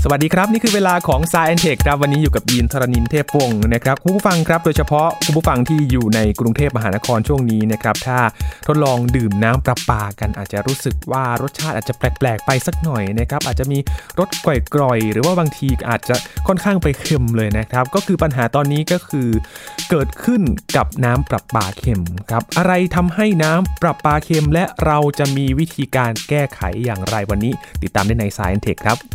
สวัสดีครับนี่คือเวลาของ Science Tech ครับวันนี้อยู่กับยีนธรณินทร์เทพวงศ์นะครับคุณผู้ฟังครับโดยเฉพาะคุณผู้ฟังที่อยู่ในกรุงเทพมหานครช่วงนี้นะครับถ้าทดลองดื่มน้ำประปากันอาจจะรู้สึกว่ารสชาติอาจจะแปลกๆไปสักหน่อยนะครับอาจจะมีรสกร่อยๆหรือว่าบางทีอาจจะค่อนข้างไปเค็มเลยนะครับก็คือปัญหาตอนนี้ก็คือเกิดขึ้นกับน้ำประปาเค็มครับอะไรทำให้น้ำประปาเค็มและเราจะมีวิธีการแก้ไขอย่างไรวันนี้ติดตามได้ใน Science Tech ครับ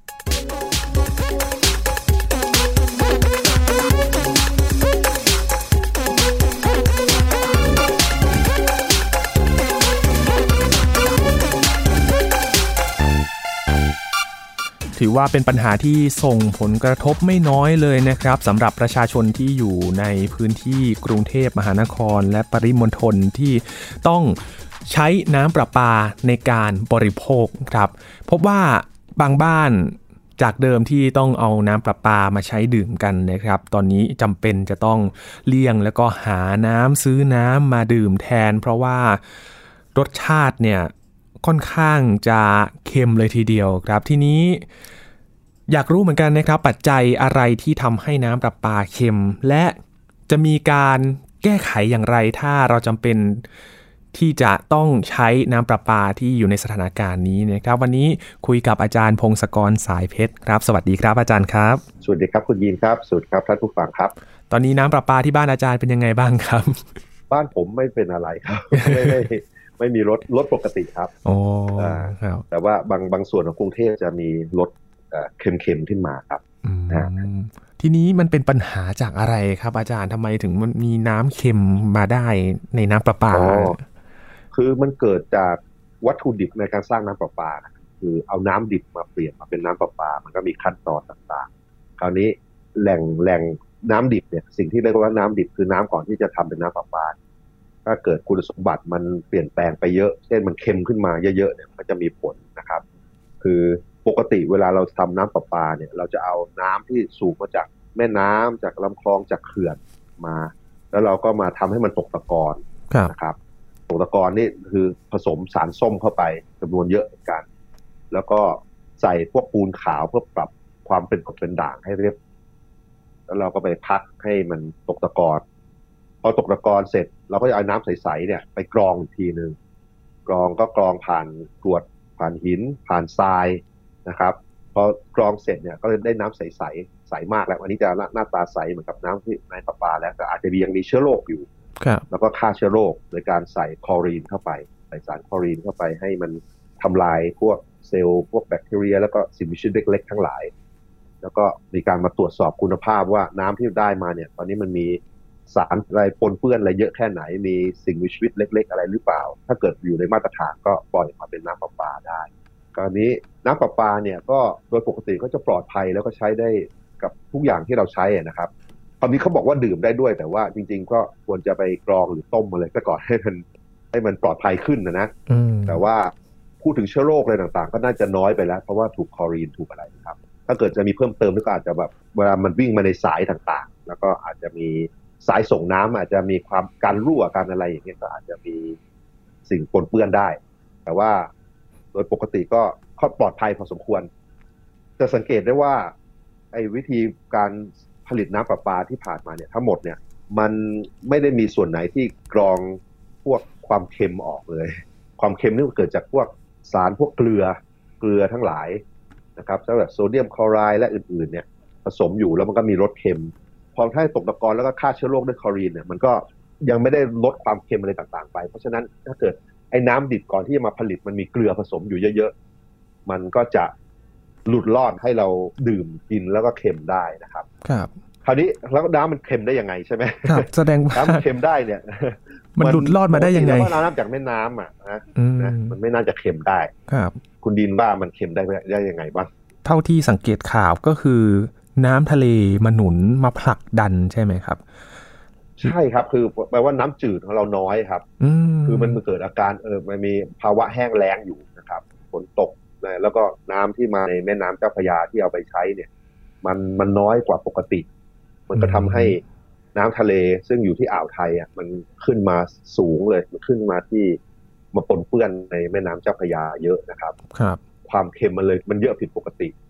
ถือว่าเป็นปัญหาที่ส่งผลกระทบไม่น้อยเลยนะครับสำหรับประชาชนที่อยู่ในพื้นที่กรุงเทพมหานครและปริมณฑลที่ต้องใช้น้ำประปาในการบริโภคครับพบว่าบางบ้านจากเดิมที่ต้องเอาน้ำประปามาใช้ดื่มกันนะครับตอนนี้จำเป็นจะต้องเลี่ยงแล้วก็หาน้ำซื้อน้ำมาดื่มแทนเพราะว่ารสชาติเนี่ยค่อนข้างจะเค็มเลยทีเดียวครับทีนี้อยากรู้เหมือนกันนะครับปัจจัยอะไรที่ทำให้น้ำประปาเค็มและจะมีการแก้ไขอย่างไรถ้าเราจำเป็นที่จะต้องใช้น้ำประปาที่อยู่ในสถานการณ์นี้นะครับวันนี้คุยกับอาจารย์พงศกรสายเพชรครับสวัสดีครับอาจารย์ครับสวัสดีครับคุณยีนครับสวัสดีครับท่านผู้ฟังครับตอนนี้น้ำประปาที่บ้านอาจารย์เป็นยังไงบ้างครับบ้านผมไม่เป็นอะไรครับ ไม่มีรถปกติครับครับแต่ว่าบางส่วนของกรุงเทพจะมีรถเค็มๆขึ้นมาครับทีนี้มันเป็นปัญหาจากอะไรครับอาจารย์ทำไมถึงมันมีน้ำเค็มมาได้ในน้ำประปาคือมันเกิดจากวัตถุดิบในการสร้างน้ำประปาคือเอาน้ำดิบมาเปลี่ยนมาเป็นน้ำประปามันก็มีขั้นตอนต่างๆคราวนี้แหล่งน้ำดิบเนี่ยสิ่งที่เรียกว่าน้ำดิบคือน้ำก่อนที่จะทำเป็นน้ำประปาถ้าเกิดคุณสมบัติมันเปลี่ยนแปลงไปเยอะเช่นมันเค็มขึ้นมาเยอะๆเนี่ยมันจะมีผลนะครับคือปกติเวลาเราทำน้ำประปาเนี่ยเราจะเอาน้ำที่สูบมาจากแม่น้ำจากลำคลองจากเขื่อนมาแล้วเราก็มาทำให้มันตกตะกอนนะครับตกตะกอนนี่คือผสมสารส้มเข้าไปจำนวนเยอะเหมือนกันแล้วก็ใส่พวกปูนขาวเพื่อปรับความเป็นกรดเป็นด่างให้เรียบแล้วเราก็ไปพักให้มันตกตะกอนพอตกตะกอนเสร็จเราก็จะเอาน้ำใสๆเนี่ยไปกรองอีกทีนึงกรองผ่านกรวดผ่านหินผ่านทรายนะครับพอกรองเสร็จเนี่ยก็ได้น้ำใสๆใสมากแล้ววันนี้จะหน้าตาใสเหมือนกับน้ำที่ในประปาแล้วแต่อาจจะยังมีเชื้อโรคอยู่แล้วก็ฆ่าเชื้อโรคโดยการใส่คลอรีนเข้าไปใส่สารคลอรีนเข้าไปให้มันทำลายพวกเซลล์พวกแบคทีเรียแล้วก็สิ่งมีชีวิตเล็กๆทั้งหลายแล้วก็มีการมาตรวจสอบคุณภาพว่าน้ำที่ได้มาเนี่ยตอนนี้มันมีสารอะไรปนเปื้อนอะไรเยอะแค่ไหนมีสิ่งมีชีวิตเล็กๆอะไรหรือเปล่าถ้าเกิดอยู่ในมาตรฐานก็ปล่อยมาเป็นน้ำประปาได้คราวนี้น้ำประปาเนี่ยก็โดยปกติก็จะปลอดภัยแล้วก็ใช้ได้กับทุกอย่างที่เราใช้นะครับตอนนี้เขาบอกว่าดื่มได้ด้วยแต่ว่าจริงๆก็ควรจะไปกรองหรือต้มอะไรซะก่อนให้มันปลอดภัยขึ้นนะแต่ว่าพูดถึงเชื้อโรคอะไรต่างๆก็น่าจะน้อยไปแล้วเพราะว่าถูกคลอรีนถูกอะไรครับถ้าเกิดจะมีเพิ่มเติมก็อาจจะแบบเวลามันวิ่งมาในสายต่างๆแล้วก็อาจจะมีสายส่งน้ำอาจจะมีความการรั่วการอะไรอย่างเงี้ยก็อาจจะมีสิ่งปนเปื้อนได้แต่ว่าโดยปกติก็ปลอดภัยพอสมควรจะสังเกตได้ว่าไอ้วิธีการผลิตน้ำประปาที่ผ่านมาเนี่ยทั้งหมดเนี่ยมันไม่ได้มีส่วนไหนที่กรองพวกความเค็มออกเลยความเค็มนี่เกิดจากพวกสารพวกเกลือทั้งหลายนะครับสำหรับโซเดียมคลอไรด์และอื่นๆเนี่ยผสมอยู่แล้วมันก็มีรสเค็มพอถ้าตกตะกอนแล้วก็ฆ่าเชื้อโรคด้วยคลอรีนเนี่ยมันก็ยังไม่ได้ลดความเค็มอะไรต่างๆไปเพราะฉะนั้นถ้าเกิดไอ้น้ำดิบก่อนที่จะมาผลิตมันมีเกลือผสมอยู่เยอะๆมันก็จะหลุดรอดให้เราดื่มกินแล้วก็เค็มได้นะครับครับคราวนี้แล้วน้ำมันเค็มได้ยังไงใช่ไหมครับแสดงว่าน้ำมันเค็มได้เนี่ยมันหลุดรอดมาได้ยังไงน้ำจากแม่น้ำนะมันไม่น่าจะเค็มได้ครับคุณดินว่ามันเค็มได้ยังไงบ้างเท่าที่สังเกตข่าวก็คือน้ำทะเลมาหนุนมาผลักดันใช่ไหมครับใช่ครับคือแปลว่าน้ำจืดของเราน้อยครับคือมันเกิดอาการมันมีภาวะแห้งแล้งอยู่นะครับฝนตกนะแล้วก็น้ำที่มาในแม่น้ำเจ้าพระยาที่เอาไปใช้เนี่ยมันน้อยกว่าปกติมันก็ทำให้น้ำทะเลซึ่งอยู่ที่อ่าวไทยอ่ะมันขึ้นมาสูงเลยมันขึ้นมาที่มาปนเปื้อนในแม่น้ำเจ้าพระยาเยอะนะครับครับความเค็มมันเยอะผิดปกติ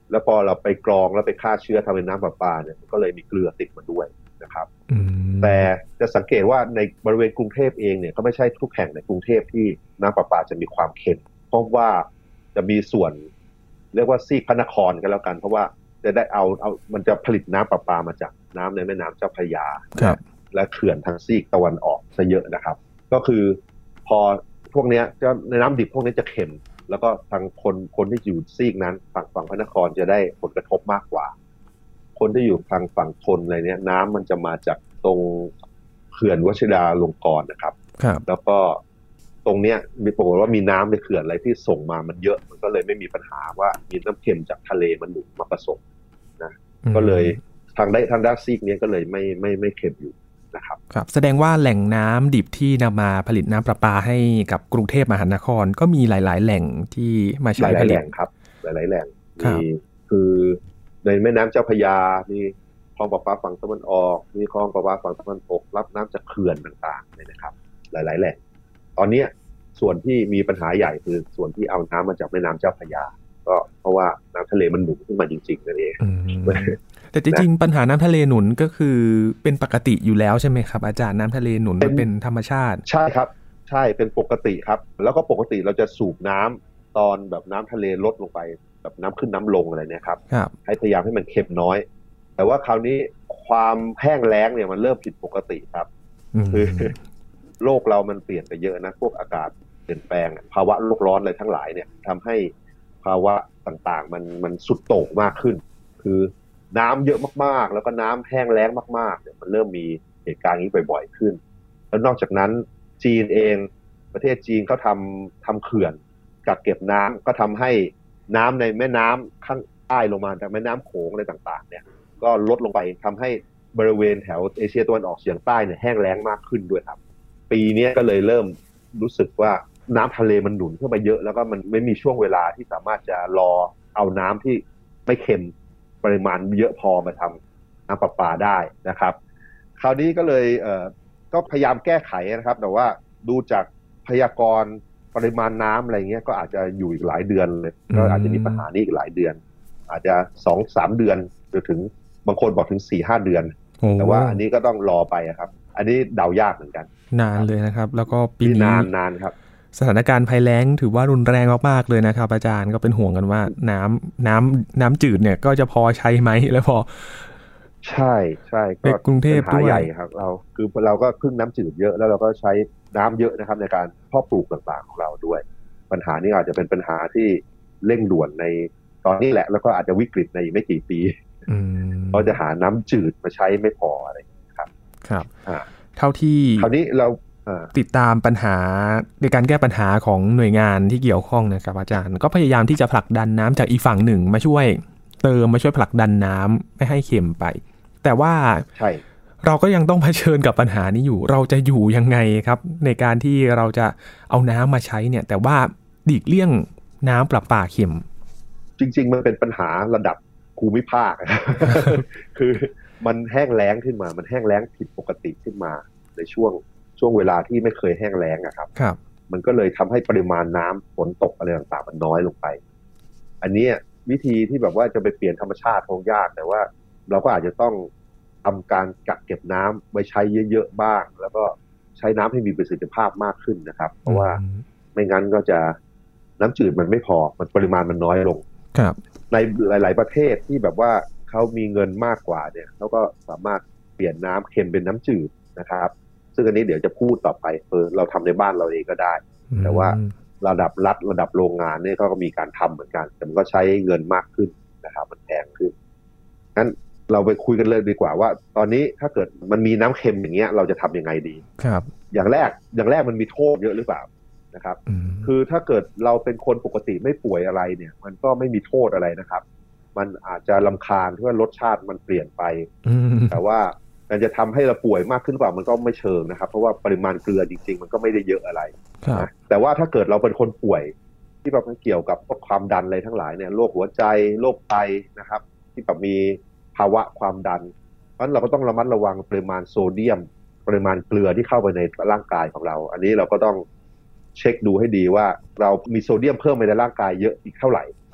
แล้วพอเราไปกรองแล้วไปฆ่าเชื้อทำเป็นน้ำประปาเนี่ยก็เลยมีเกลือติดมาด้วยนะครับแต่จะสังเกตว่าในบริเวณกรุงเทพเองเนี่ยก็ไม่ใช่ทุกแห่งในกรุงเทพที่น้ำประปาจะมีความเค็มเพราะว่าจะมีส่วนเรียกว่าซีกพระนครกันแล้วกันเพราะว่าจะได้เอามันจะผลิตน้ำประปามาจากน้ำในแม่น้ำเจ้าพระยาและเขื่อนทางซีกตะวันออกซะเยอะนะครับก็คือพอพวกนี้จะในน้ำดิบพวกนี้จะเค็มแล้วก็ทางคนที่อยู่ซีกนั้นฝั่งพระนครจะได้ผลกระทบมากกว่าคนที่อยู่ทางฝั่งทนอะไรเนี้ยน้ำมันจะมาจากตรงเขื่อนวชิราลงกรณ์นะครับแล้วก็ตรงเนี้ยมีปรากฏว่ามีน้ำในเขื่อนอะไรที่ส่งมามันเยอะมันก็เลยไม่มีปัญหาว่ามีน้ำเค็มจากทะเลมันหนุนมาผสมนะก็เลยทางด้านซีกนี้ก็เลยไม่เค็มอยู่นะครับครับแสดงว่าแหล่งน้ำดิบที่นำมาผลิตน้ำประปาให้กับกรุงเทพมหานครก็มีหลายๆแหล่งที่มาใช้ผลิตหลายแหล่งครับหลายๆแหล่งมีคือในแม่น้ำเจ้าพระยามีคลองประปาฝั่งตะวันออกมีคลองประปาฝั่งตะวันตกรับน้ำจากเขื่อนต่างๆเลยนะครับหลายๆแหล่งตอนนี้ส่วนที่มีปัญหาใหญ่คือส่วนที่เอาน้ำมาจากแม่น้ำเจ้าพระยาก็เพราะว่าน้ำทะเลมันหนุนขึ้นมาจริงๆนั่นเองแต่จริงๆปัญหาน้ำทะเลหนุนก็คือเป็นปกติอยู่แล้วใช่ไหมครับอาจารย์น้ำทะเลหนุนมันเป็นธรรมชาติใช่ครับใช่เป็นปกติครับแล้วก็ปกติเราจะสูบน้ำตอนแบบน้ำทะเลลดลงไปแบบน้ำขึ้นน้ำลงอะไรเนี่ยครับให้พยายามให้มันเค็มน้อยแต่ว่าคราวนี้ความแห้งแล้งเนี่ยมันเริ่มผิดปกติครับคือโลกเรามันเปลี่ยนไปเยอะนะพวกอากาศเปลี่ยนแปลงภาวะโลกร้อนอะไรทั้งหลายเนี่ยทำให้ภาวะต่างๆมันสุดโต่งมากขึ้นคือน้ำเยอะมากๆแล้วก็น้ำแห้งแล้งมากๆเนี่ยมันเริ่มมีเหตุการณ์นี้บ่อยๆขึ้นแล้วนอกจากนั้นจีนเองประเทศจีนเขาทำเขื่อนกักเก็บน้ำก็ทำให้น้ำในแม่น้ำข้างใต้ลงมาจากแม่น้ำโขงอะไรต่างๆเนี่ยก็ลดลงไปทำให้บริเวณแถวเอเชียตะวันออกเฉียงใต้เนี่ยแห้งแล้งมากขึ้นด้วยครับปีนี้ก็เลยเริ่มรู้สึกว่าน้ำทะเลมันหนุนขึ้นมาเยอะแล้วก็มันไม่มีช่วงเวลาที่สามารถจะรอเอาน้ำที่ไม่เค็มปริมาณเยอะพอมาทำน้ำประปาได้นะครับคราวนี้ก็เลยก็พยายามแก้ไขนะครับแต่ว่าดูจากพยากรณ์ปริมาณน้ำอะไรเงี้ยก็อาจจะอยู่อีกหลายเดือนเลยก็อาจจะมีปัญหานี้อีกหลายเดือนอาจจะ 2-3 เดือนจนถึงบางคนบอกถึง 4-5 เดือนแต่ว่าอันนี้ก็ต้องรอไปครับอันนี้เดายากเหมือนกันนานเลยนะครับแล้วก็ปีนี้นานครับสถานการณ์ภัยแล้งถือว่ารุนแรงมากๆเลยนะครับอาจารย์ก็เป็นห่วงกันว่าน้ำจืดเนี่ยก็จะพอใช้ไหมแล้วพอใช่ก็กรุงเทพด้วยใหญ่ครับเราก็พึ่งน้ำจืดเยอะแล้วเราก็ใช้น้ำเยอะนะครับในการเพาะปลูกต่างๆของเราด้วยปัญหานี้อาจจะเป็นปัญหาที่เร่งด่วนในตอนนี้แหละแล้วก็อาจจะวิกฤตในไม่กี่ปีเราจะหาน้ำจืดมาใช้ไม่พออะไรครับเท่าที่คราวนี้เราติดตามปัญหาในการแก้ปัญหาของหน่วยงานที่เกี่ยวข้องนะครับอาจารย์ก็พยายามที่จะผลักดันน้ำจากอีกฝั่งหนึ่งมาช่วยผลักดันน้ำไม่ให้เค็มไปแต่ว่าเราก็ยังต้องเผชิญกับปัญหานี้อยู่เราจะอยู่ยังไงครับในการที่เราจะเอาน้ำมาใช้เนี่ยแต่ว่าหลีกเลี่ยงน้ำประปาเค็มจริงๆมันเป็นปัญหาระดับภูมิภาค คือมันแห้งแล้งขึ้นมามันแห้งแล้งผิดปกติขึ้นมาในช่วงเวลาที่ไม่เคยแห้งแล้งครับมันก็เลยทำให้ปริมาณน้ำฝนตกอะไรต่างๆมันน้อยลงไปอันนี้วิธีที่แบบว่าจะไปเปลี่ยนธรรมชาติคงยากแต่ว่าเราก็อาจจะต้องทำการกักเก็บน้ำไว้ใช้เยอะๆบ้างแล้วก็ใช้น้ำให้มีประสิทธิภาพมากขึ้นนะครับเพราะว่าไม่งั้นก็จะน้ำจืดมันไม่พอมันปริมาณมันน้อยลงในหลายๆประเทศที่แบบว่าเขามีเงินมากกว่าเนี่ยเขาก็สามารถเปลี่ยนน้ำเค็มเป็นน้ำจืดนะครับซึ่งอันนี้เดี๋ยวจะพูดต่อไปเราทำในบ้านเราเองก็ได้แต่ว่าระดับรัฐระดับโรงงานเนี่ยก็มีการทำเหมือนกันแต่มันก็ใช้เงินมากขึ้นนะครับมันแพงขึ้นงั้นเราไปคุยกันเลยดีกว่าว่าตอนนี้ถ้าเกิดมันมีน้ำเค็มอย่างเงี้ยเราจะทำยังไงดีครับอย่างแรกมันมีโทษเยอะหรือเปล่านะครับคือถ้าเกิดเราเป็นคนปกติไม่ป่วยอะไรเนี่ยมันก็ไม่มีโทษอะไรนะครับมันอาจจะรำคาญเพราะว่ารสชาติมันเปลี่ยนไปแต่ว่ามันจะทำให้เราป่วยมากขึ้นหรือเปล่ามันก็ไม่เชิงนะครับเพราะว่าปริมาณเกลือจริงๆมันก็ไม่ได้เยอะอะไรนะแต่ว่าถ้าเกิดเราเป็นคนป่วยที่แบบเกี่ยวกับความดันอะไรทั้งหลายเนี่ยโรคหัวใจโรคไตนะครับที่แบบมีภาวะความดันเพราะฉะนั้นเราก็ต้องระมัดระวังปริมาณโซเดียมปริมาณเกลือที่เข้าไปในร่างกายของเราอันนี้เราก็ต้องเช็คดูให้ดีว่าเรามีโซเดียมเพิ่มไปในร่างกายเยอะอีกเท่าไหร่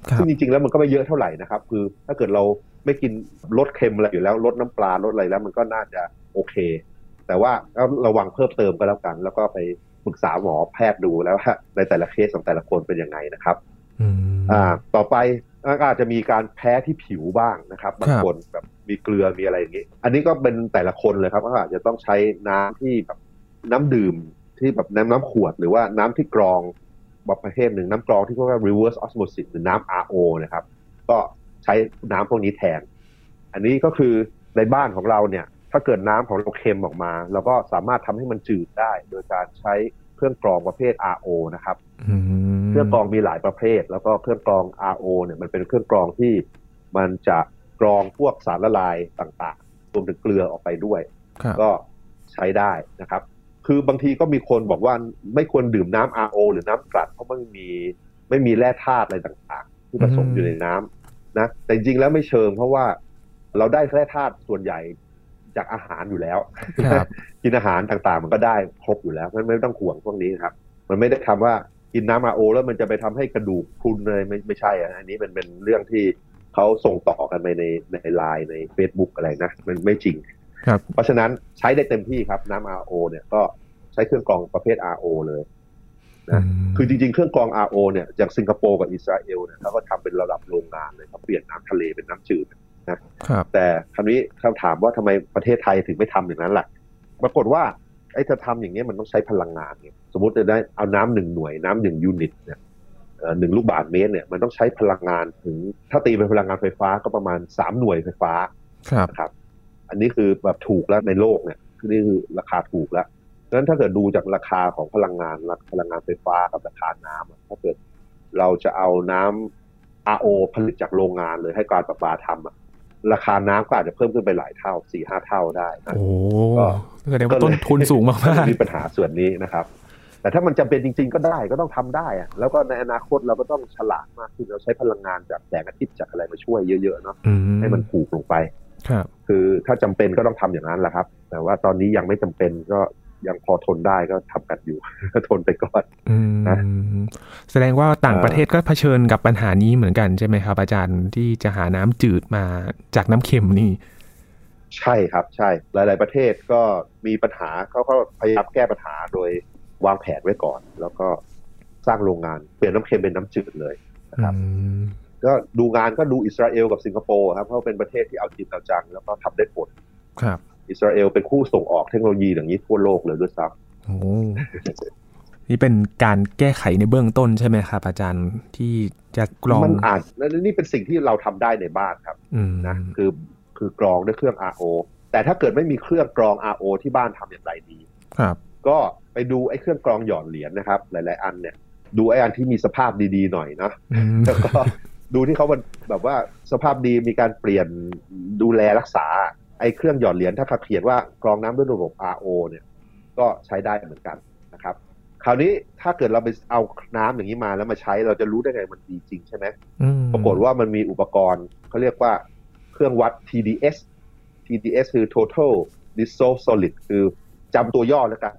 ซึ่งจริงๆแล้วมันก็ไม่เยอะเท่าไหร่นะครับคือถ้าเกิดเราไม่กินลดเค็มอะไรอยู่แล้วลดน้ำปลาลดอะไรแล้วมันก็น่าจะโอเคแต่ว่าก็ระวังเพิ่มเติมก็แล้วกันแล้วก็ไปปรึกษาหมอแพทย์ดูแล้วว่าในแต่ละเคสของแต่ละคนเป็นยังไงนะครับต่อไปก็อาจจะมีการแพ้ที่ผิวบ้างนะครับบางคนแบบมีเกลือมีอะไรอย่างนี้อันนี้ก็เป็นแต่ละคนเลยครับก็อาจจะต้องใช้น้ำที่แบบน้ำดื่มที่แบบน้ำขวดหรือว่าน้ำที่กรองประเภทหนึ่งน้ำกรองที่เรียกว่า reverse osmosis หรือน้ำ RO นะครับก็ใช้น้ำพวกนี้แทนอันนี้ก็คือในบ้านของเราเนี่ยถ้าเกิดน้ำของเราเค็มออกมาเราก็สามารถทำให้มันจืดได้โดยการใช้เครื่องกรองประเภท RO นะครับเครื่องกรองมีหลายประเภทแล้วก็เครื่องกรอง RO เนี่ยมันเป็นเครื่องกรองที่มันจะกรองพวกสารละลายต่างๆรวมถึงเกลือออกไปด้วยก็ใช้ได้นะครับคือบางทีก็มีคนบอกว่าไม่ควรดื่มน้ำ RO หรือน้ำกลั่นเพราะมันไม่มีแร่ธาตุอะไรต่างๆที่ผสมอยู่ในน้ำนะแต่จริงๆแล้วไม่เชิงเพราะว่าเราได้แร่ธาตุส่วนใหญ่จากอาหารอยู่แล้ว กินอาหารต่างๆมันก็ได้ครบอยู่แล้วเพราะไม่ต้องห่วงพวกนี้ครับมันไม่ได้ทำว่ากินน้ำ RO แล้วมันจะไปทำให้กระดูกพรุนเลยไม่ใช่อันนี้เป็นเรื่องที่เขาส่งต่อกันไปในไลน์ใน Facebook อะไรนะมันไม่จริงเพราะฉะนั้นใช้ได้เต็มที่ครับน้ำ RO เนี่ยก็ใช้เครื่องกรองประเภท RO เลยนะคือจริงๆเครื่องกรอง RO เนี่ยจากสิงคโปร์กับอิสราเอลเนี่ยเขาก็ทำเป็นระดับโรงงานเลยเขาเปลี่ยนน้ำทะเลเป็นน้ำจืดนะแต่คราวนี้คำถามว่าทำไมประเทศไทยถึงไม่ทำอย่างนั้นล่ะปรากฏว่าไอ้จะทำอย่างนี้มันต้องใช้พลังงานเนี่ยสมมติจะได้เอาน้ำ1 หน่วยน้ำ1 ยูนิตเนี่ย1 ลูกบาศก์เมตรเนี่ยมันต้องใช้พลังงานถึงถ้าตีเป็นพลังงานไฟฟ้าก็ประมาณ3 หน่วยไฟฟ้าครับอันนี้คือแบบถูกแล้วในโลกเนี่ยคือนี่คือราคาถูกแล้วดังนั้นถ้าเกิดดูจากราคาของพลังงานไฟฟ้ากับราคาน้ำถ้าเกิดเราจะเอาน้ำ RO ผลิตจากโรงงานเลยให้การประปาทำราคาน้ำก็อาจจะเพิ่มขึ้นไปหลายเท่า 4-5 เท่าได้นะก็แสดงว่าต้นทุนสูงมากๆมีปัญหาส่วนนี้นะครับแต่ถ้ามันจำเป็นจริงๆก็ได้ก็ต้องทำได้อะแล้วก็ในอนาคตเราก็ต้องฉลาดมากขึ้นเราใช้พลังงานจากแสงอาทิตย์จากอะไรมาช่วยเยอะๆเนาะให้มันถูกลงไปคือถ้าจำเป็นก็ต้องทำอย่างนั้นแหละครับแต่ว่าตอนนี้ยังไม่จำเป็นก็ยังพอทนได้ก็ทำกันอยู่ ทนไปก่อนนะแสดงว่าต่างประเทศก็เผชิญกับปัญหานี้เหมือนกันใช่ไหมครับอาจารย์ที่จะหาน้ำจืดมาจากน้ำเค็มนี่ใช่ครับใช่หลายๆประเทศก็มีปัญหาเขาก็พยายามแก้ปัญหาโดยวางแผนไว้ก่อนแล้วก็สร้างโรงงานเปลี่ยนน้ำเค็มเป็นน้ำจืดเลยนะครับก็ดูงานก็ดูอิสราเอลกับสิงคโปร์ครับเพราะเป็นประเทศที่เอาจริงเอาจังแล้วก็ทำได้ผลครับอิสราเอลเป็นคู่ส่งออกเทคโนโลยีอย่างนี้ทั่วโลกเลยด้วยซ้ำโอ้นี่เป็นการแก้ไขในเบื้องต้นใช่ไหมครับอาจารย์ที่จะกรองมันอาจนี่เป็นสิ่งที่เราทำได้ในบ้านครับนะคือกรองด้วยเครื่อง RO แต่ถ้าเกิดไม่มีเครื่องกรอง RO ที่บ้านทำอย่างไรดีครับก็ไปดูไอ้เครื่องกรองหยอดเหรียญนะครับหลายๆอันเนี่ยดูไอ้อันที่มีสภาพดีๆหน่อยนะแล้วก็ดูที่เขาแบบว่าสภาพดีมีการเปลี่ยนดูแลรักษาไอ้เครื่องหยอดเหรียญถ้าเขาเขียนว่ากรองน้ำด้วยระบบ RO เนี่ยก็ใช้ได้เหมือนกันนะครับคราวนี้ถ้าเกิดเราไปเอาน้ำอย่างนี้มาแล้วมาใช้เราจะรู้ได้ไงมันดีจริงใช่ไหมปรากฏว่ามันมีอุปกรณ์เขาเรียกว่าเครื่องวัด TDS คือ Total Dissolved Solid คือจำตัวย่อแล้วกัน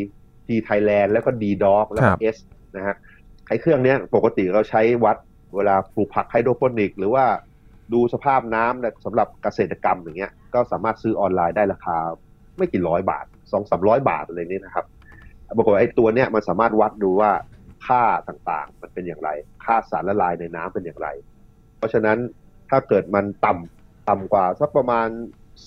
T Thailand แล้วก็ D Dog แล้วก็ S นะฮะไอ้เครื่องนี้ปกติเราใช้วัดเวลาปลูกผักไฮโดรโปนิกหรือว่าดูสภาพน้ำสำหรับเกษตรกรรมอย่างเงี้ยก็สามารถซื้อออนไลน์ได้ราคาไม่กี่100 บาท 200-300 บาทอะไรนี้นะครับปรากฏว่าไอ้ตัวเนี้ยมันสามารถวัดดูว่าค่าต่างๆมันเป็นอย่างไรค่าสารละลายในน้ำเป็นอย่างไรเพราะฉะนั้นถ้าเกิดมันต่ำกว่าสักประมาณ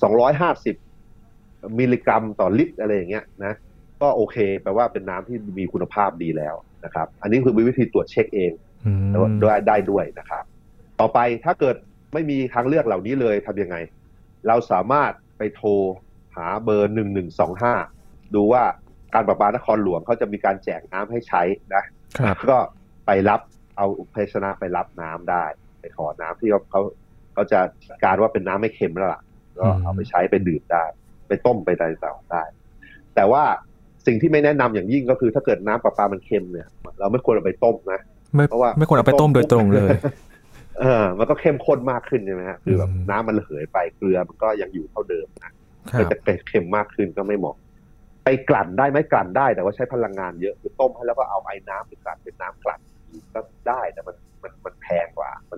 250 มิลลิกรัมต่อลิตรอะไรอย่างเงี้ยนะก็โอเคแปลว่าเป็นน้ำที่มีคุณภาพดีแล้วนะครับอันนี้คือวิธีตรวจเช็คเองได้ด้วยนะครับต่อไปถ้าเกิดไม่มีทางเลือกเหล่านี้เลยทำยังไงเราสามารถไปโทรหาเบอร์1125ดูว่าการประปานครหลวงเขาจะมีการแจกน้ำให้ใช้นะก็ไปรับเอาภาชนะไปรับน้ำได้ไปขอน้ำที่เขาจะการว่าเป็นน้ำไม่เค็มแล้วล่ะก็เอาไปใช้ไปดื่มได้ไปต้มไปอะไรต่างๆได้แต่ว่าสิ่งที่ไม่แนะนำอย่างยิ่งก็คือถ้าเกิดน้ำประปามันเค็มเนี่ยเราไม่ควรเอาไปต้มนะเพราะว่าไม่ควรเอาไปต้มโดยตรงเลยมันก็เข้มข้นมากขึ้นใช่ไหมฮะคือแบบน้ำมันระเหยไปเกลือมันก็ยังอยู่เท่าเดิมนะก็จะเค็มมากขึ้นก็ไม่เหมาะไปกลั่นได้ไหมกลั่นได้แต่ว่าใช้พลังงานเยอะคือต้มให้แล้วก็เอาไอ้น้ำไปกลั่นเป็นน้ำกลั่นก็ได้แต่มันแพงกว่ามัน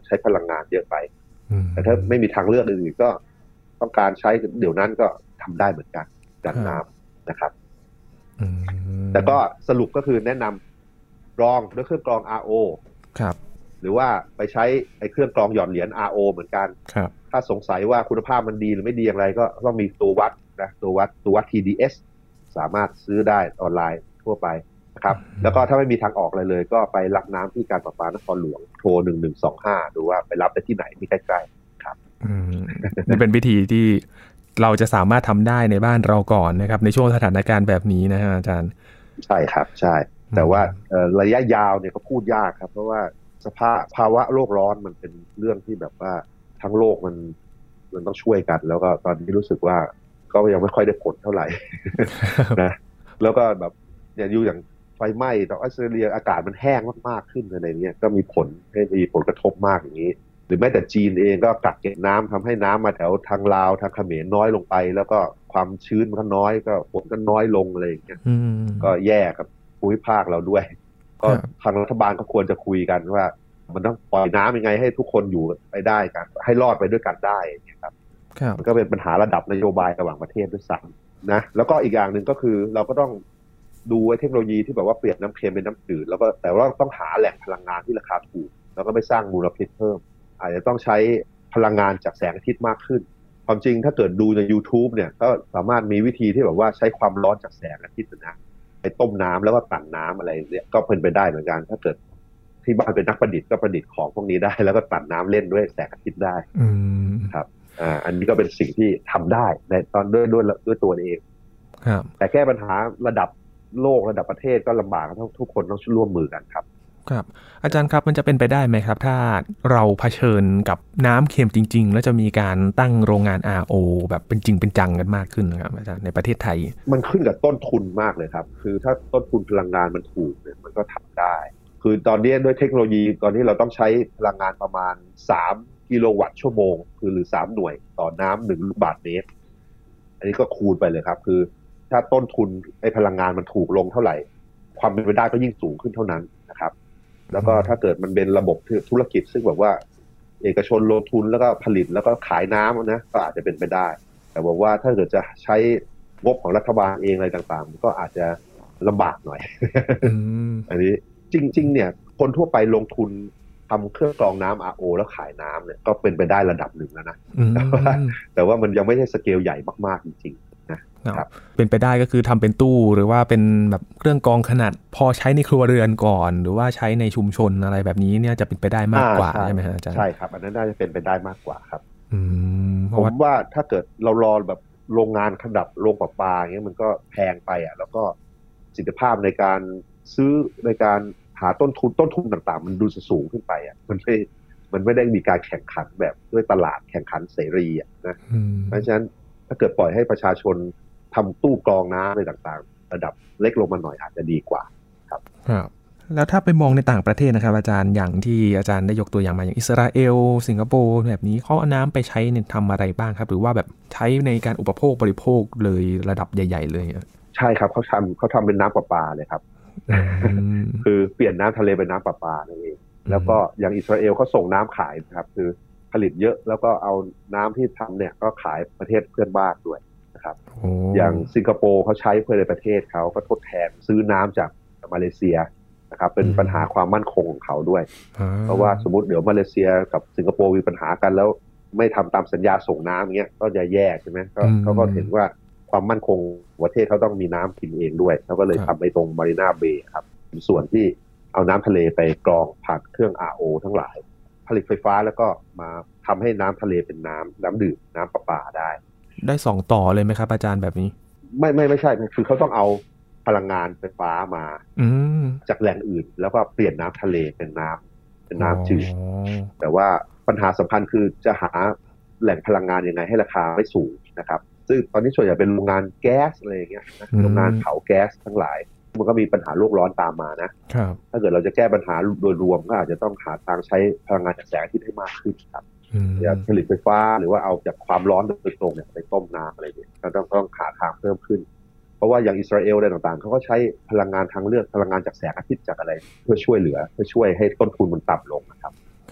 ช้พลังงานเยอะไปแต่ถ้าไม่มีทางเลือกอื่นก็ต้องการใช้เดี๋ยวนั้นก็ทำได้เหมือนกันจากน้ำนะครับแต่ก็สรุปก็คือแนะนำกรองด้วยเครื่องกรอง RO ครับหรือว่าไปใช้ไอ้เครื่องกรองหยอดเหรียญ RO เหมือนกันครับถ้าสงสัยว่าคุณภาพมันดีหรือไม่ดีอย่างไรก็ต้องมีตัววัดนะตัววัด TDS สามารถซื้อได้ออนไลน์ทั่วไปนะครับแล้วก็ถ้าไม่มีทางออกอะไรเลยก็ไปรับน้ำที่การประปานครหลวงโทร1125ดูว่าไปรับได้ที่ไหนที่ใกล้ๆครับนี่เป็นวิธีที่เราจะสามารถทำได้ในบ้านเราก่อนนะครับในช่วงสถานการณ์แบบนี้นะฮะอาจารย์ใช่ครับใช่แต่ว่าระยะยาวเนี่ยก็พูดยากครับเพราะว่าภาวะโลกร้อนมันเป็นเรื่องที่แบบว่าทั้งโลกมันต้องช่วยกันแล้วก็ตอนนี้รู้สึกว่าก็ยังไม่ค่อยได้ผลเท่าไหร่นะแล้วก็แบบอย่างไฟไหม้ตอนออสเตรเลียอากาศมันแห้งมากๆขึ้นอะไรเงี้ยก็มีผลกระทบมากอย่างนี้หรือแม้แต่จีนเองก็กักเก็บน้ำทำให้น้ำมาแถวทางลาวทางเขมรน้อยลงไปแล้วก็ความชื้นมันก็น้อยก็ฝนก็น้อยลงอะไรอย่างเงี้ยก็แย่กับภูมิภาคเราด้วยก็ทางรัฐบาลก็ควรจะคุยกันว่ามันต้องปล่อยน้ำยังไงให้ทุกคนอยู่ไปได้กันให้รอดไปด้วยกันได้อย่างเงี้ยครับมันก็เป็นปัญหาระดับนโยบายระหว่างประเทศด้วยซ้ำนะแล้วก็อีกอย่างหนึ่งก็คือเราก็ต้องดูเทคโนโลยีที่แบบว่าเปลี่ยนน้ำเค็มเป็นน้ำจืดแล้วก็แต่ว่าต้องหาแหล่งพลังงานที่ราคาถูกแล้วก็ไม่สร้างมลพิษเพิ่มอาจจะต้องใช้พลังงานจากแสงอาทิตย์มากขึ้นความจริงถ้าเกิดดูใน YouTube เนี่ยก็สามารถมีวิธีที่แบบว่าใช้ความร้อนจากแสงอาทิตย์นะไปต้มน้ำแล้วก็ปั่นน้ำอะไรเนี่ยก็เป็นไปได้เหมือนกันถ้าเกิดที่บ้านเป็นนักประดิษฐ์ก็ประดิษฐ์ของพวกนี้ได้แล้วก็ปั่นน้ำเล่นด้วยแสงอาทิตย์ได้ครับอันนี้ก็เป็นสิ่งที่ทำได้ในตอนด้วยตัวเองแต่แก้ปัญหาระดับโลกระดับประเทศก็ลำบากทุกคนต้องร่วมมือกันครับครับอาจารย์ครับมันจะเป็นไปได้ไหมครับถ้าเราเผชิญกับน้ำเค็มจริงๆแล้วจะมีการตั้งโรงงาน RO แบบเป็นจริงเป็นจังกันมากขึ้นนะครับอาจารย์ในประเทศไทยมันขึ้นกับต้นทุนมากเลยครับคือถ้าต้นทุนพลังงานมันถูกเนี่ยมันก็ทำได้คือตอนนี้ด้วยเทคโนโลยีตอนนี้เราต้องใช้พลังงานประมาณ3 กิโลวัตต์ชั่วโมงคือหรือ3 หน่วยต่อน้ำ1 ลูกบาศก์เมตรอันนี้ก็คูณไปเลยครับคือถ้าต้นทุนไอ้พลังงานมันถูกลงเท่าไหร่ความเป็นไปได้ก็ยิ่งสูงขึ้นเท่านั้นนะครับแล้วก็ถ้าเกิดมันเป็นระบบธุรกิจซึ่งแบบว่าเอกชนลงทุนแล้วก็ผลิตแล้วก็ขายน้ำนะก็อาจจะเป็นไปได้แต่บอกว่าถ้าเกิดจะใช้งบของรัฐบาลเองอะไรต่างๆก็อาจจะลำบากหน่อย อันนี้จริงๆเนี่ยคนทั่วไปลงทุนทำเครื่องกรองน้ำ RO แล้วขายน้ำเนี่ยก็เป็นไปได้ระดับหนึ่งแล้วนะแต่ว่ามันยังไม่ใช่สเกลใหญ่มากๆจริงๆนะครับเป็นไปได้ก็คือทำเป็นตู้หรือว่าเป็นแบบเครื่องกรองขนาดพอใช้ในครัวเรือนก่อนหรือว่าใช้ในชุมชนอะไรแบบนี้เนี่ยจะเป็นไปได้มากกว่าใช่ไหมอาจารย์ใช่ครับอันนั้นน่าจะเป็นไปได้มากกว่าครับผมว่าถ้าเกิดเรารอแบบโรงงานขนาดโรงประปาอย่างเงี้ยมันก็แพงไปอ่ะแล้วก็ประสิทธิภาพในการซื้อในการหาต้นทุนต่างๆมันดูสูงขึ้นไปอ่ะมันไม่ได้มีการแข่งขันแบบด้วยตลาดแข่งขันเสรีอ่ะนะเพราะฉะนั้นถ้าเกิดปล่อยให้ประชาชนทำตู้กรองน้ำอะไรต่างๆระดับเล็กลงมาหน่อยอาจจะดีกว่าครับแล้วถ้าไปมองในต่างประเทศนะครับอาจารย์อย่างที่อาจารย์ได้ยกตัวอย่างมาอย่างอิสราเอลสิงคโปร์แบบนี้เขาเอาน้ำไปใช้ในทำอะไรบ้างครับหรือว่าแบบใช้ในการอุปโภคบริโภคเลยระดับใหญ่ๆเลยใช่ครับเขาทำเป็นน้ำประปาเลยครับคือเปลี่ยนน้ำทะเลเป็นน้ำประปานั่นเองแล้วก็อย่างอิสราเอลเขาส่งน้ำขายนะครับคือผลิตเยอะแล้วก็เอาน้ำที่ทำเนี่ยก็ขายประเทศเพื่อนบ้านด้วยนะครับอย่างสิงคโปร์เขาใช้เพื่อในประเทศเขาก็ทดแทนซื้อน้ำจากมาเลเซียนะครับเป็นปัญหาความมั่นคงของเขาด้วยเพราะว่าสมมติเดี๋ยวมาเลเซียกับสิงคโปร์มีปัญหากันแล้วไม่ทำตามสัญญาส่งน้ำอย่างเงี้ยก็จะแย่ใช่ไหมเขาก็เห็นว่าความมั่นคงประเทศเขาต้องมีน้ำกินเองด้วยเขาก็เลยทำไปตรงมารีนาเบย์ครับส่วนที่เอาน้ำทะเลไปกรองผ่านเครื่อง RO ทั้งหลายผลิตไฟฟ้าแล้วก็มาทำให้น้ำทะเลเป็นน้ำดื่มน้ำประปาได้ 2 ต่อเลยไหมครับอาจารย์แบบนี้ไม่ใช่คือเขาต้องเอาพลังงานไฟฟ้ามาจากแหล่งอื่นแล้วก็เปลี่ยนน้ำทะเลเป็นน้ำจืดแต่ว่าปัญหาสำคัญคือจะหาแหล่งพลังงานยังไงให้ราคาไม่สูงนะครับซึ่งตอนนี้ส่วนใหญ่เป็นโรงงานแก๊สอะไรอย่างเงี้ยโรงงานเผาแก๊สทั้งหลายมันก็มีปัญหาโลกร้อนตามมานะถ้าเกิดเราจะแก้ปัญหาโดยรวมก็อาจจะต้องหาทางใช้พลังงานจากแสงอาทิตย์ให้มากขึ้นครับอย่าผลิตไฟฟ้าหรือว่าเอาจากความร้อนโดยตรงเนี่ยไปต้มน้ำอะไรเนี่ยเราต้องหาทางเพิ่มขึ้นเพราะว่าอย่างอิสราเอลอะไรต่างๆเขาก็ใช้พลังงานทางเลือกพลังงานจากแสงอาทิตย์จากอะไรเพื่อช่วยเหลือเพื่อช่วยให้ต้นทุนมันต่ำลงนะครับ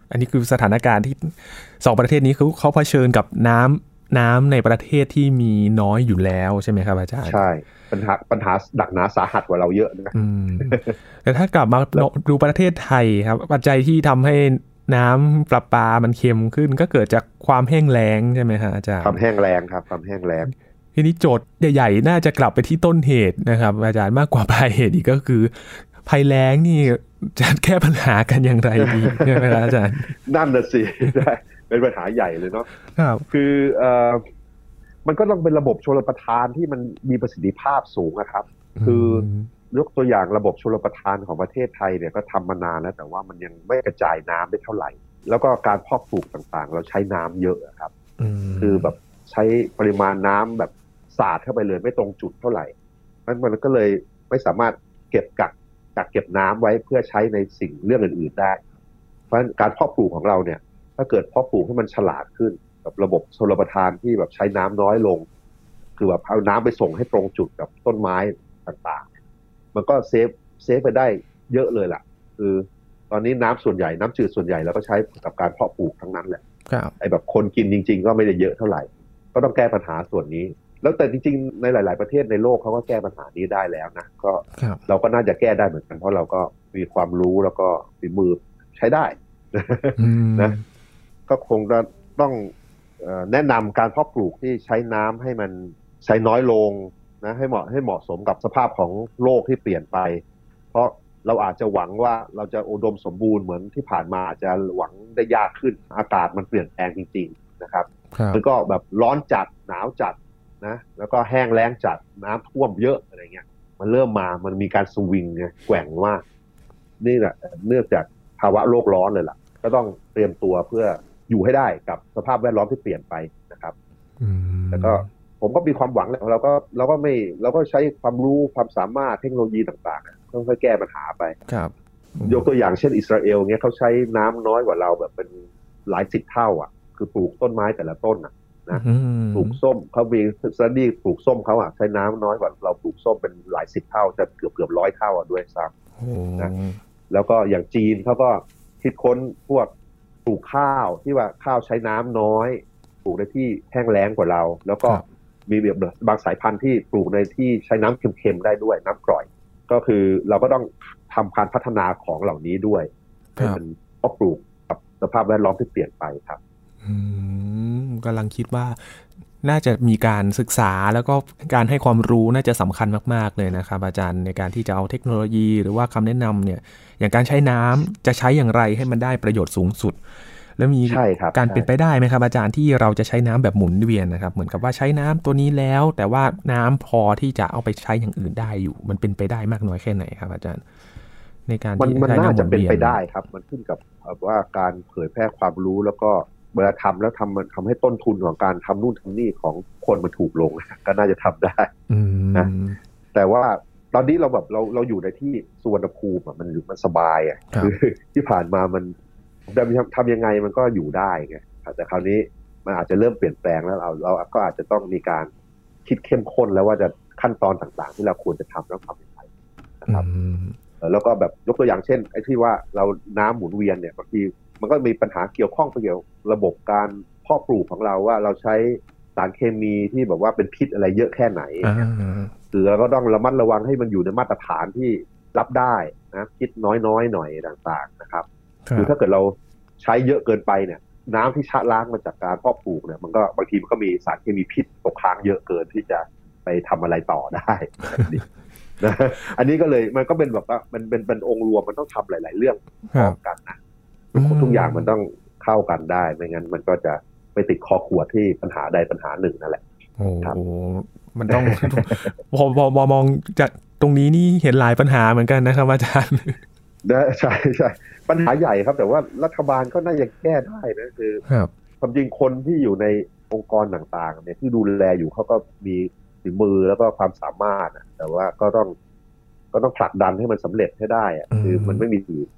อันนี้คือสถานการณ์ที่สองประเทศนี้เขาเผชิญกับน้ำในประเทศที่มีน้อยอยู่แล้วใช่ไหมครับอาจารย์ใช่ปัญหาหนักหนาสาหัสกว่าเราเยอะนะแต่ถ้ากลับมาดูประเทศไทยครับปัจจัยที่ทำให้น้ำประปามันเค็มขึ้นก็เกิดจากความแห้งแล้งใช่ไหมครับอาจารย์ความแห้งแล้งครับความแห้งแล้งทีนี้โจทย์ใหญ่ๆน่าจะกลับไปที่ต้นเหตุนะครับอาจารย์มากกว่าปลายเหตุอีกก็คือภัยแล้งนี่จะแก้ปัญหากันอย่างไรดีใช่ไหมครับอาจารย์นั่นน่ะสิได้เป็นปัญหาใหญ่เลยเนาะคือมันก็ต้องเป็นระบบชลประทานที่มันมีประสิทธิภาพสูงนะครับคือยกตัวอย่างระบบชลประทานของประเทศไทยเนี่ยก็ทำมานานแล้วแต่ว่ามันยังไม่กระจายน้ำได้เท่าไหร่แล้วก็การเพาะปลูกต่างๆเราใช้น้ำเยอะครับคือแบบใช้ปริมาณน้ำแบบสาดเข้าไปเลยไม่ตรงจุดเท่าไหร่มันก็เลยไม่สามารถเก็บกักเก็บน้ำไว้เพื่อใช้ในสิ่งเรื่องอื่นๆได้เพราะฉะนั้นการเพาะปลูกของเราเนี่ยถ้าเกิดเพาะปลูกให้มันฉลาดขึ้นกับระบบชลประทานที่แบบใช้น้ำน้อยลงคือแบบเอาน้ำไปส่งให้ตรงจุดกับต้นไม้ต่างๆมันก็เซฟไปได้เยอะเลยล่ะคือตอนนี้น้ำส่วนใหญ่น้ำจืดส่วนใหญ่เราก็ใช้กับการเพาะปลูกทั้งนั้นแหละไอ้แบบคนกินจริงๆก็ไม่ได้เยอะเท่าไหร่ก็ต้องแก้ปัญหาส่วนนี้แล้วแต่จริงๆในหลายๆประเทศในโลกเขาก็แก้ปัญหานี้ได้แล้วนะก็เราก็น่าจะแก้ได้เหมือนกันเพราะเราก็มีความรู้แล้วก็ฝีมือใช้ได้นะก็คงจะต้องแนะนำการเพาะปลูกที่ใช้น้ำให้มันใช้น้อยลงนะให้เหมาะสมกับสภาพของโลกที่เปลี่ยนไปเพราะเราอาจจะหวังว่าเราจะอุดมสมบูรณ์เหมือนที่ผ่านมาอาจจะหวังได้ยากขึ้นอากาศมันเปลี่ยนแปลงจริงๆนะครับมันก็แบบร้อนจัดหนาวจัดนะแล้วก็แห้งแล้งจัดน้ำท่วมเยอะอะไรเงี้ยมันเริ่มมามันมีการสวิงไงแกว่งมากนี่แหละเนื่องจากภาวะโลกร้อนเลยล่ะก็ต้องเตรียมตัวเพื่ออยู่ให้ได้กับสภาพแวดล้อมที่เปลี่ยนไปนะครับแล้วก็ผมก็มีความหวังแหละเราก็ใช้ความรู้ความสามารถเทคโนโลยีต่างๆค่อยๆแก้ปัญหาไปครับยกตัวอย่างเช่นอิสราเอลเงี้ยเขาใช้น้ำน้อยกว่าเราแบบเป็นหลาย10 เท่าอ่ะคือปลูกต้นไม้แต่ละต้นอ่ะนะปลูกส้มเขามีสตีปลูกส้มเขาอ่ะใช้น้ำน้อยกว่าเราปลูกส้มเป็นหลาย10 เท่าจะเกือบ100 เท่าด้วยซ้ำนะแล้วก็อย่างจีนเขาก็คิดค้นพวกปลูกข้าวที่ว่าข้าวใช้น้ำน้อยปลูกในที่แห้งแล้งกว่าเราแล้วก็มีแบบบางสายพันธุ์ที่ปลูกในที่ใช้น้ำเค็มๆได้ด้วยน้ำกร่อยก็คือเราก็ต้องทำการพัฒนาของเหล่านี้ด้วยให้มันเพาะปลูกกับสภาพแวดล้อมที่เปลี่ยนไปครับกำลังคิดว่าน่าจะมีการศึกษาแล้วก็การให้ความรู้น่าจะสำคัญมากๆเลยนะครับอาจารย์ในการที่จะเอาเทคโนโลยีหรือว่าคำแนะนำเนี่ยอย่างการใช้น้ำจะใช้อย่างไรให้มันได้ประโยชน์สูงสุดแล้วมีการเป็นไปได้ไหมครับอาจารย์ที่เราจะใช้น้ำแบบหมุนเวียนนะครับเหมือนกับว่าใช้น้ำตัวนี้แล้วแต่ว่าน้ำพอที่จะเอาไปใช้อย่างอื่นได้อยู่มันเป็นไปได้มากน้อยแค่ไหนครับอาจารย์ในการที่มันน่าจะเป็นไปได้ครับมันขึ้นกับว่าการเผยแพร่ความรู้แล้วก็เวลาทำแล้วทำให้ต้นทุนของการทำนู่นทำนี่ของคนมันถูกลงก็น่าจะทำได้นะแต่ว่าตอนนี้เราแบบเราอยู่ในที่สุวรรณภูมิมันสบายอ่ะคือที่ผ่านมามันทำยังไงมันก็อยู่ได้ไงแต่คราวนี้มันอาจจะเริ่มเปลี่ยนแปลงแล้วเราก็อาจจะต้องมีการคิดเข้มข้นแล้วว่าจะขั้นตอนต่างๆที่เราควรจะทำต้องทำอย่างไรนะครับแล้วก็แบบยกตัวอย่างเช่นไอ้ที่ว่าเราน้ำหมุนเวียนเนี่ยบางทีมันก็มีปัญหาเกี่ยวข้องเกี่ยวระบบการเพาะปลูกของเราว่าเราใช้สารเคมีที่แบบว่าเป็นพิษอะไรเยอะแค่ไหนคือเราก็ต้องระมัดระวังให้มันอยู่ในมาตรฐานที่รับได้นะพิษน้อยหน่อยต่างๆนะครับคือถ้าเกิดเราใช้เยอะเกินไปเนี่ยน้ำที่ชะล้างมาจากการเพาะปลูกเนี่ยมันก็บางทีมันก็มีสารเคมีพิษตกค้างเยอะเกินที่จะไปทำอะไรต่อได้นะอันนี้ก็เลยมันก็เป็นแบบว่ามันเป็นองค์รวมมันต้องทำหลายๆเรื่องพร้อมกันนะทุกอย่างมันต้องเข้ากันได้ไม่งั้นมันก็จะไปติดคอขวดที่ปัญหาใดปัญหาหนึ่งนั่นแหละโอ้มันต้อง พอมองจากตรงนี้นี่เห็นหลายปัญหาเหมือนกันนะครับอาจารย์ใช่ใช่ปัญหาใหญ่ครับแต่ว่ารัฐบาลก็น่าจะแก้ได้นะคือความจริงคนที่อยู่ในองค์กรต่างๆเนี่ยที่ดูแลอยู่เขาก็มีฝีมือแล้วก็ความสามารถแต่ว่าก็ต้องผลักดันให้มันสำเร็จให้ได้คือมันไม่มีอื่น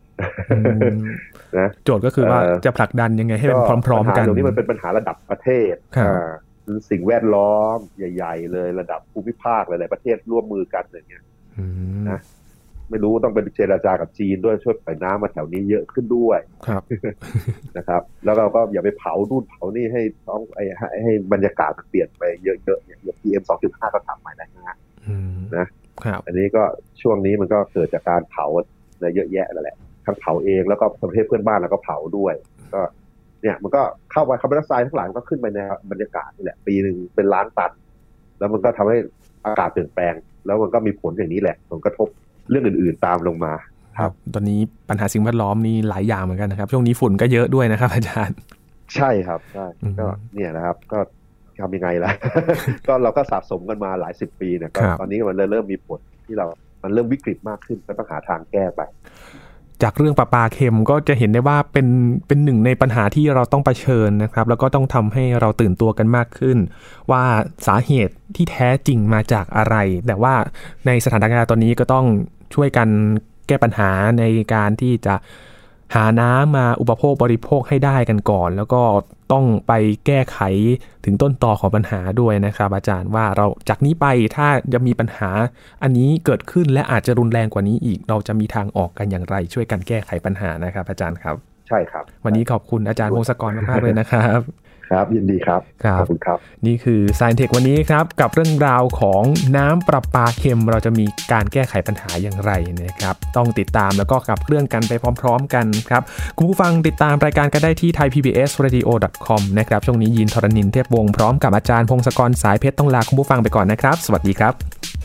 นะโจทย์ก็คือว่าจะผลักดันยังไงให้มันพร้อมๆกันตรงนี้มันเป็นปัญหาระดับประเทศสิ่งแวดล้อมใหญ่ๆเลยระดับภูมิภาคหลายๆประเทศร่วมมือกันอย่างเงี้ยนะไม่รู้ต้องเป็นเจรจากับจีนด้วยช่วยปล่อยน้ำมาแถวนี้เยอะขึ้นด้วยครับนะครับแล้วเราก็อย่าไปเผานู่นเผานี่ให้ต้องให้บรรยากาศมันเปลี่ยนไปเยอะๆอย่างPM 2.5ก็ทำใหม่แล้วนะครับอันนี้ก็ช่วงนี้มันก็เกิดจากการเผาเยอะแยะนั่นแหละทั้งเผาเองแล้วก็ประเทศเพื่อนบ้านเราก็เผาด้วยก็เนี่ยมันก็เข้าไปคาร์บอนไดออกไซด์ทั้งหลายก็ขึ้นไปในบรรยากาศนี่แหละปีนึงเป็นล้านตันแล้วมันก็ทำให้อากาศเปลี่ยนแปลงแล้วมันก็มีผลอย่างนี้แหละผลกระทบเรื่องอื่นๆตามลงมาครับตอนนี้ปัญหาสิ่งแวดล้อมนี่หลายอย่างเหมือนกันนะครับช่วงนี้ฝุ่นก็เยอะด้วยนะครับอาจารย์ใช่ครับใช่ก็เนี่ยนะครับก็ทำยังไงล่ะ ก็เราก็สะสมกันมาหลายสิบปีเนี่ยตอนนี้มันเริ่มมีผลที่มันเริ่มวิกฤตมากขึ้นก็ต้องหาทางแก้ไปจากเรื่องประปาเค็มก็จะเห็นได้ว่าเป็นหนึ่งในปัญหาที่เราต้องเผชิญนะครับแล้วก็ต้องทำให้เราตื่นตัวกันมากขึ้นว่าสาเหตุที่แท้จริงมาจากอะไรแต่ว่าในสถานการณ์ตอนนี้ก็ต้องช่วยกันแก้ปัญหาในการที่จะหาน้ำมาอุปโภคบริโภคให้ได้กันก่อนแล้วก็ต้องไปแก้ไขถึงต้นตอของปัญหาด้วยนะครับอาจารย์ว่าเราจากนี้ไปถ้าจะมีปัญหาอันนี้เกิดขึ้นและอาจจะรุนแรงกว่านี้อีกเราจะมีทางออกกันอย่างไรช่วยกันแก้ไขปัญหานะครับอาจารย์ครับใช่ครับวันนี้ขอบคุณอาจารย์พงศกรมากๆเลยนะครับครับยินดีครับขอบคุณครับนี่คือ Science Tech วันนี้ครับกับเรื่องราวของน้ำประปาเค็มเราจะมีการแก้ไขปัญหาอย่างไรนะครับต้องติดตามแล้วก็กับเรื่องกันไปพร้อมๆกันครับคุณผู้ฟังติดตามรายการกันได้ที่ thaipbsradio.com นะครับช่วงนี้ยินทรณินเทพวงศ์พร้อมกับอาจารย์พงศกรสายเพชรต้องลาคุณผู้ฟังไปก่อนนะครับสวัสดีครับ